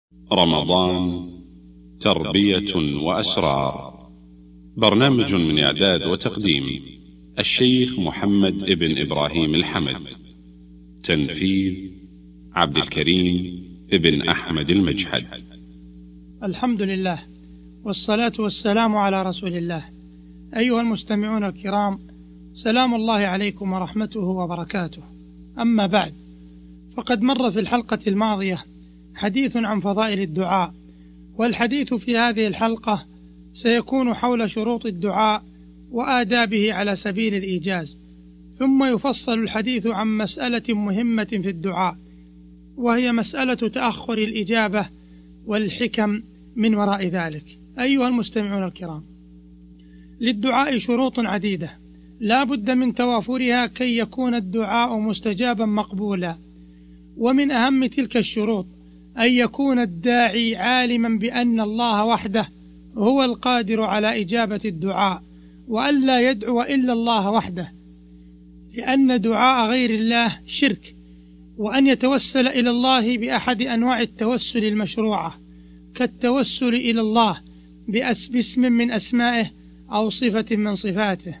رمضان تربية وأسرار. برنامج من إعداد وتقديم الشيخ محمد ابن إبراهيم الحمد. تنفيذ عبد الكريم ابن أحمد المجحد. الحمد لله والصلاة والسلام على رسول الله. أيها المستمعون الكرام، سلام الله عليكم ورحمته وبركاته. أما بعد، فقد مر في الحلقة الماضية حديث عن فضائل الدعاء، والحديث في هذه الحلقة سيكون حول شروط الدعاء وآدابه على سبيل الإيجاز، ثم يفصل الحديث عن مسألة مهمة في الدعاء، وهي مسألة تأخر الإجابة والحكم من وراء ذلك. أيها المستمعون الكرام، للدعاء شروط عديدة لا بد من توافرها كي يكون الدعاء مستجابا مقبولا، ومن أهم تلك الشروط أن يكون الداعي عالما بأن الله وحده هو القادر على إجابة الدعاء، وأن لا يدعو إلا الله وحده، لأن دعاء غير الله شرك، وأن يتوسل إلى الله بأحد أنواع التوسل المشروعة، كالتوسل إلى الله باسم من أسمائه أو صفة من صفاته،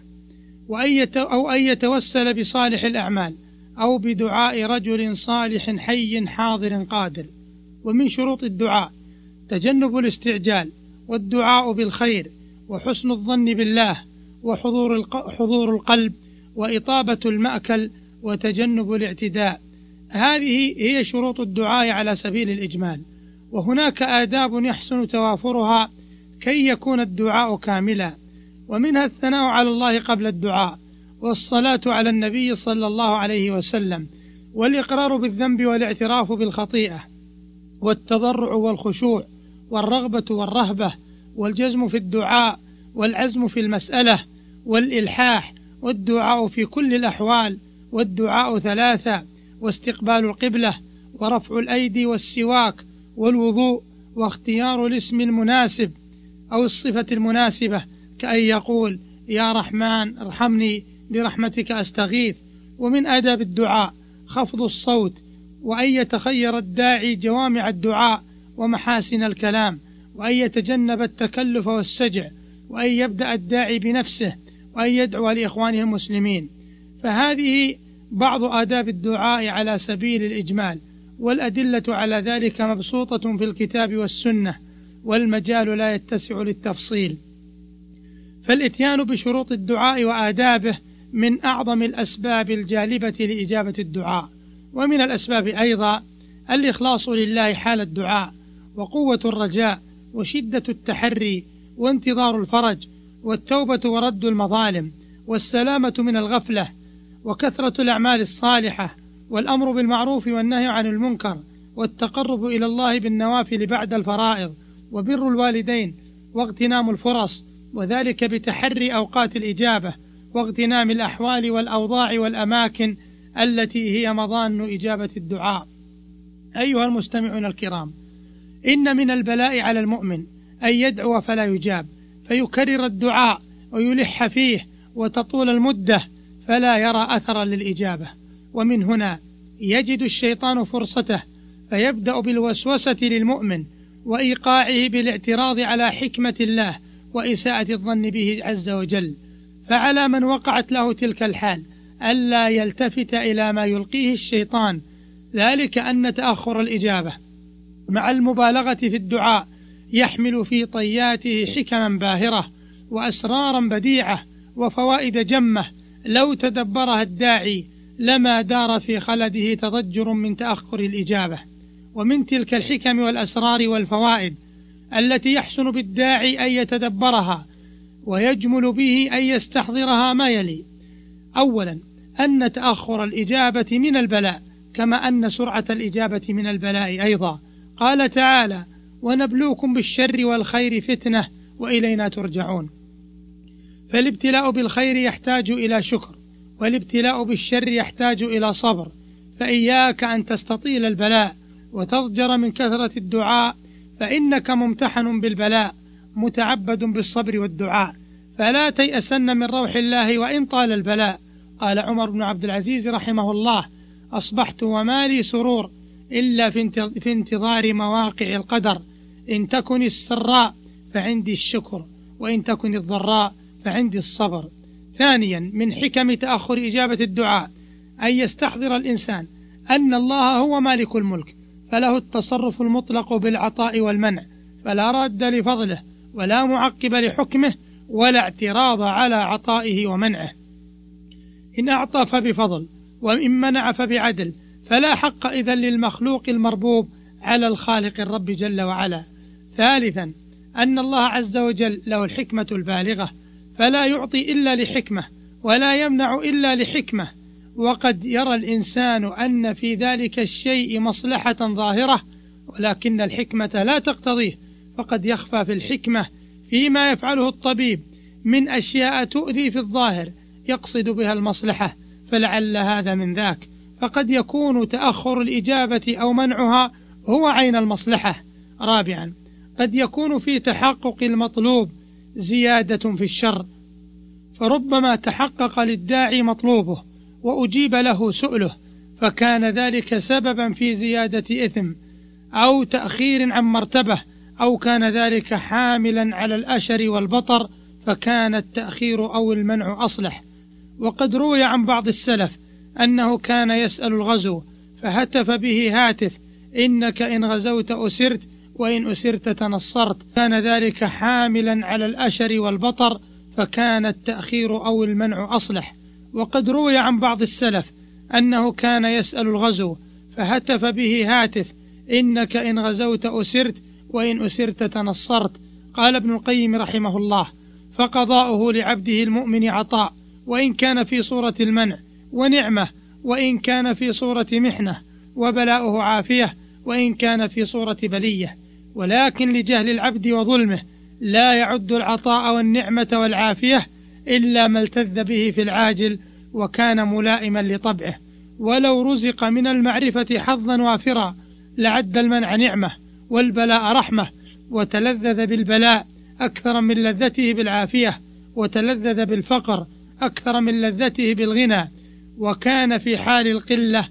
أو أن يتوسل بصالح الأعمال أو بدعاء رجل صالح حي حاضر قادر. ومن شروط الدعاء تجنب الاستعجال، والدعاء بالخير، وحسن الظن بالله، وحضور القلب، وإطابة المأكل، وتجنب الاعتداء. هذه هي شروط الدعاء على سبيل الإجمال، وهناك آداب يحسن توافرها كي يكون الدعاء كاملا، ومنها الثناء على الله قبل الدعاء، والصلاة على النبي صلى الله عليه وسلم، والإقرار بالذنب والاعتراف بالخطيئة، والتضرع والخشوع، والرغبة والرهبة، والجزم في الدعاء، والعزم في المسألة، والإلحاح، والدعاء في كل الأحوال، والدعاء ثلاثة، واستقبال القبلة، ورفع الأيدي، والسواك، والوضوء، واختيار الاسم المناسب أو الصفة المناسبة، كأن يقول يا رحمن ارحمني برحمتك أستغيث. ومن آداب الدعاء خفض الصوت، وأن يتخير الداعي جوامع الدعاء ومحاسن الكلام، وأن يتجنب التكلف والسجع، وأن يبدأ الداعي بنفسه، وأن يدعو لإخوانه المسلمين. فهذه بعض آداب الدعاء على سبيل الإجمال، والأدلة على ذلك مبسوطة في الكتاب والسنة، والمجال لا يتسع للتفصيل. فالإتيان بشروط الدعاء وآدابه من أعظم الأسباب الجالبة لإجابة الدعاء. ومن الأسباب أيضا الإخلاص لله حال الدعاء، وقوة الرجاء، وشدة التحري، وانتظار الفرج، والتوبة ورد المظالم، والسلامة من الغفلة، وكثرة الأعمال الصالحة، والأمر بالمعروف والنهي عن المنكر، والتقرب إلى الله بالنوافل بعد الفرائض، وبر الوالدين، واغتنام الفرص، وذلك بتحري أوقات الإجابة، واغتنام الأحوال والأوضاع والأماكن التي هي مظان إجابة الدعاء. أيها المستمعون الكرام، إن من البلاء على المؤمن أن يدعو فلا يجاب، فيكرر الدعاء ويلح فيه وتطول المدة فلا يرى أثرا للإجابة. ومن هنا يجد الشيطان فرصته، فيبدأ بالوسوسة للمؤمن وإيقاعه بالاعتراض على حكمة الله وإساءة الظن به عز وجل. فعلى من وقعت له تلك الحال ألا يلتفت إلى ما يلقيه الشيطان، ذلك أن تأخر الإجابة مع المبالغة في الدعاء يحمل في طياته حكما باهرة، وأسرارا بديعة، وفوائد جمة لو تدبرها الداعي لما دار في خلده تضجر من تأخر الإجابة. ومن تلك الحكم والأسرار والفوائد التي يحسن بالداعي أن يتدبرها ويجمل به أن يستحضرها ما يلي: أولا، أن تأخر الإجابة من البلاء، كما أن سرعة الإجابة من البلاء أيضا. قال تعالى: ونبلوكم بالشر والخير فتنة وإلينا ترجعون. فالابتلاء بالخير يحتاج إلى شكر، والابتلاء بالشر يحتاج إلى صبر، فإياك أن تستطيل البلاء وتضجر من كثرة الدعاء، فإنك ممتحن بالبلاء متعبد بالصبر والدعاء، فلا تيأسن من روح الله وإن طال البلاء. قال عمر بن عبد العزيز رحمه الله: أصبحت وما لي سرور إلا في انتظار مواقع القدر. إن تكن السراء فعندي الشكر، وإن تكن الضراء فعندي الصبر. ثانيا، من حكم تأخر إجابة الدعاء أن يستحضر الإنسان أن الله هو مالك الملك، فله التصرف المطلق بالعطاء والمنع، فلا راد لفضله ولا معقب لحكمه ولا اعتراض على عطائه ومنعه. إن أعطى فبفضل، وإن منع فبعدل، فلا حق إذن للمخلوق المربوب على الخالق الرب جل وعلا. ثالثا، أن الله عز وجل له الحكمة البالغة، فلا يعطي إلا لحكمة ولا يمنع إلا لحكمة. وقد يرى الإنسان أن في ذلك الشيء مصلحة ظاهرة، ولكن الحكمة لا تقتضيه، فقد يخفى في الحكمة فيما يفعله الطبيب من أشياء تؤذي في الظاهر يقصد بها المصلحة، فلعل هذا من ذاك. فقد يكون تأخر الإجابة أو منعها هو عين المصلحة. رابعا، قد يكون في تحقق المطلوب زيادة في الشر، فربما تحقق للداعي مطلوبه وأجيب له سؤله، فكان ذلك سببا في زيادة إثم أو تأخير عن مرتبة، أو كان ذلك حاملا على الأشر والبطر، فكان التأخير أو المنع أصلح. وقد روي عن بعض السلف أنه كان يسأل الغزو فهتف به هاتف: إنك إن غزوت أسرت، وإن أسرت تنصرت. كان ذلك حاملا على الأشر والبطر، فكان التأخير أو المنع أصلح. وقد روي عن بعض السلف أنه كان يسأل الغزو فهتف به هاتف: إنك إن غزوت أسرت، وإن أسرت تنصرت. قال ابن القيم رحمه الله: فقضاؤه لعبده المؤمن عطاء، وإن كان في صورة المنع، ونعمة وإن كان في صورة محنة، وبلاؤه عافية وإن كان في صورة بلية. ولكن لجهل العبد وظلمه لا يعد العطاء والنعمة والعافية إلا ما التذ به في العاجل وكان ملائما لطبعه. ولو رزق من المعرفة حظا وافرا لعد المنع نعمة والبلاء رحمة، وتلذذ بالبلاء أكثر من لذته بالعافية، وتلذذ بالفقر أكثر من لذته بالغنى، وكان في حال القلة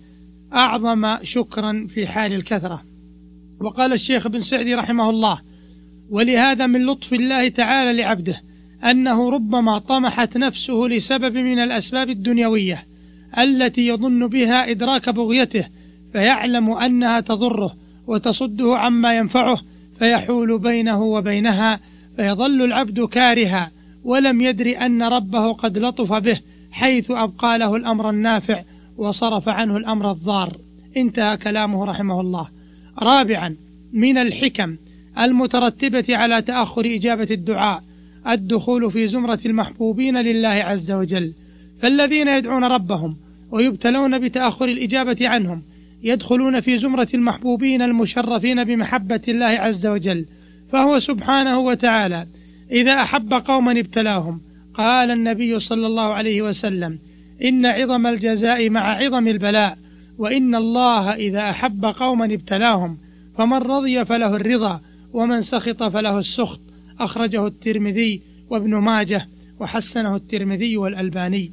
أعظم شكرا في حال الكثرة. وقال الشيخ ابن سعدي رحمه الله: ولهذا من لطف الله تعالى لعبده أنه ربما طمحت نفسه لسبب من الأسباب الدنيوية التي يظن بها إدراك بغيته، فيعلم أنها تضره وتصده عما ينفعه، فيحول بينه وبينها، فيظل العبد كارها ولم يدري أن ربه قد لطف به حيث أبقى له الأمر النافع وصرف عنه الأمر الضار. انتهى كلامه رحمه الله. رابعا، من الحكم المترتبة على تأخر إجابة الدعاء الدخول في زمرة المحبوبين لله عز وجل، فالذين يدعون ربهم ويبتلون بتأخر الإجابة عنهم يدخلون في زمرة المحبوبين المشرفين بمحبة الله عز وجل. فهو سبحانه وتعالى إذا أحب قوما ابتلاهم. قال النبي صلى الله عليه وسلم: إن عظم الجزاء مع عظم البلاء، وإن الله إذا أحب قوما ابتلاهم، فمن رضي فله الرضا ومن سخط فله السخط. أخرجه الترمذي وابن ماجه وحسنه الترمذي والألباني.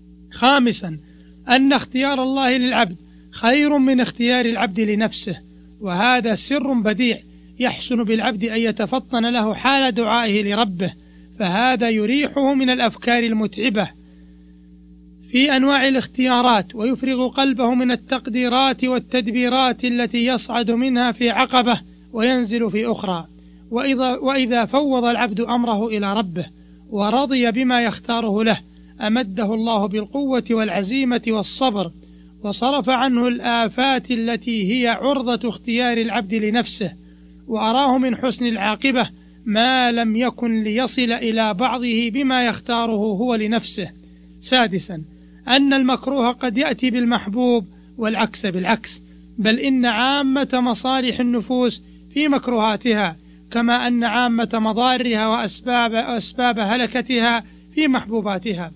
خامسا، أن اختيار الله للعبد خير من اختيار العبد لنفسه، وهذا سر بديع يحسن بالعبد أن يتفطن له حال دعائه لربه، فهذا يريحه من الأفكار المتعبة في أنواع الاختيارات، ويفرغ قلبه من التقديرات والتدبيرات التي يصعد منها في عقبة وينزل في أخرى. وإذا فوض العبد أمره إلى ربه ورضي بما يختاره له، أمده الله بالقوة والعزيمة والصبر، وصرف عنه الآفات التي هي عرضة اختيار العبد لنفسه، وأراه من حسن العاقبة ما لم يكن ليصل إلى بعضه بما يختاره هو لنفسه. سادسا، أن المكروه قد يأتي بالمحبوب والعكس بالعكس، بل إن عامة مصالح النفوس في مكروهاتها، كما أن عامة مضارها وأسباب هلكتها في محبوباتها.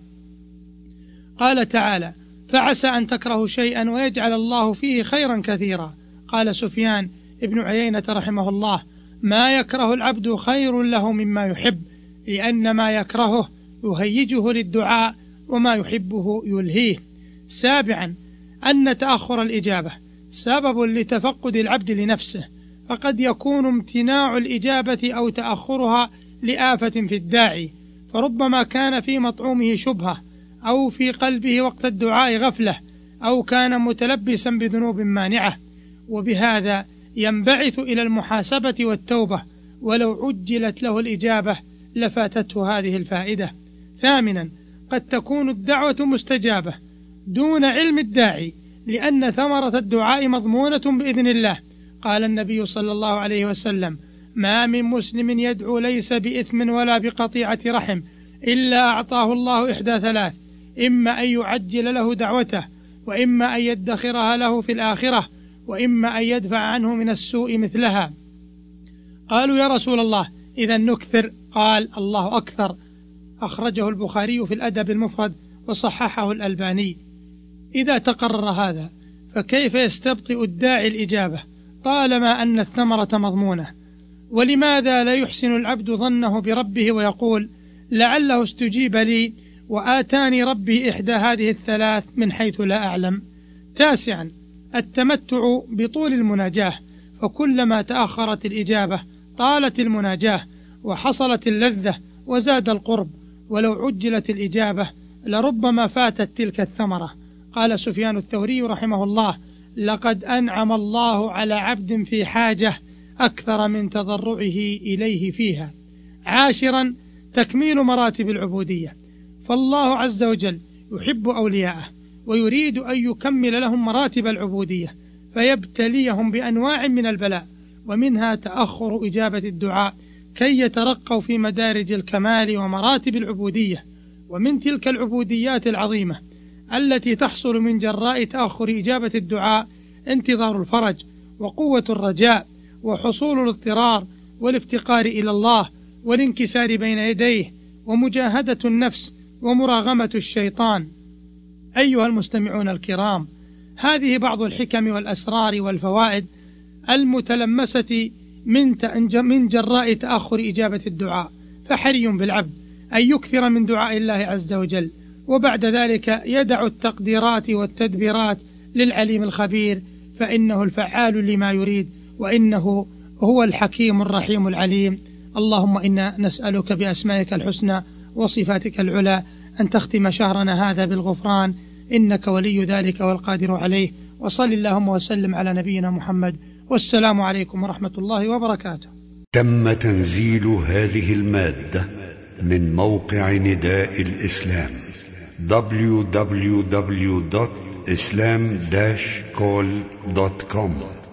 قال تعالى: فعسى أن تكرهوا شيئا ويجعل الله فيه خيرا كثيرا. قال سفيان ابن عيينة رحمه الله: ما يكره العبد خير له مما يحب، لأن ما يكرهه يهيجه للدعاء وما يحبه يلهيه. سابعا، أن تأخر الإجابة سبب لتفقد العبد لنفسه، فقد يكون امتناع الإجابة أو تأخرها لآفة في الداعي، فربما كان في مطعومه شبهة، أو في قلبه وقت الدعاء غفلة، أو كان متلبسا بذنوب مانعة، وبهذا ينبعث إلى المحاسبة والتوبة، ولو عجلت له الإجابة لفاتته هذه الفائدة. ثامنا، قد تكون الدعوة مستجابة دون علم الداعي، لأن ثمرة الدعاء مضمونة بإذن الله. قال النبي صلى الله عليه وسلم: ما من مسلم يدعو ليس بإثم ولا بقطيعة رحم إلا أعطاه الله إحدى ثلاث: إما أن يعجل له دعوته، وإما أن يدخرها له في الآخرة، وإما أن يدفع عنه من السوء مثلها. قالوا: يا رسول الله، إذا نكثر؟ قال: الله أكثر. أخرجه البخاري في الأدب المفرد وصححه الألباني. إذا تقرر هذا، فكيف يستبطئ الداعي الإجابة طالما أن الثمرة مضمونة؟ ولماذا لا يحسن العبد ظنه بربه ويقول: لعله استجيب لي وآتاني ربي إحدى هذه الثلاث من حيث لا أعلم؟ تاسعا، التمتع بطول المناجاة، فكلما تأخرت الإجابة طالت المناجاة وحصلت اللذة وزاد القرب، ولو عجلت الإجابة لربما فاتت تلك الثمرة. قال سفيان الثوري رحمه الله: لقد أنعم الله على عبد في حاجة أكثر من تضرعه إليه فيها. عاشرا، تكميل مراتب العبودية، فالله عز وجل يحب أولياءه ويريد أن يكمل لهم مراتب العبودية، فيبتليهم بأنواع من البلاء، ومنها تأخر إجابة الدعاء كي يترقوا في مدارج الكمال ومراتب العبودية. ومن تلك العبوديات العظيمة التي تحصل من جراء تأخر إجابة الدعاء انتظار الفرج وقوة الرجاء وحصول الاضطرار والافتقار إلى الله والانكسار بين يديه ومجاهدة النفس ومراغمة الشيطان. أيها المستمعون الكرام، هذه بعض الحكم والأسرار والفوائد المتلمسة من جراء تأخر إجابة الدعاء، فحري بالعبد أن يكثر من دعاء الله عز وجل، وبعد ذلك يدع التقديرات والتدبيرات للعليم الخبير، فإنه الفعال لما يريد، وإنه هو الحكيم الرحيم العليم. اللهم إنا نسألك بأسمائك الحسنى وصفاتك العلى أن تختم شهرنا هذا بالغفران، إنك ولي ذلك والقادر عليه. وصل اللهم وسلم على نبينا محمد، والسلام عليكم ورحمة الله وبركاته. تم تنزيل هذه المادة من موقع نداء الإسلام www.islam-call.com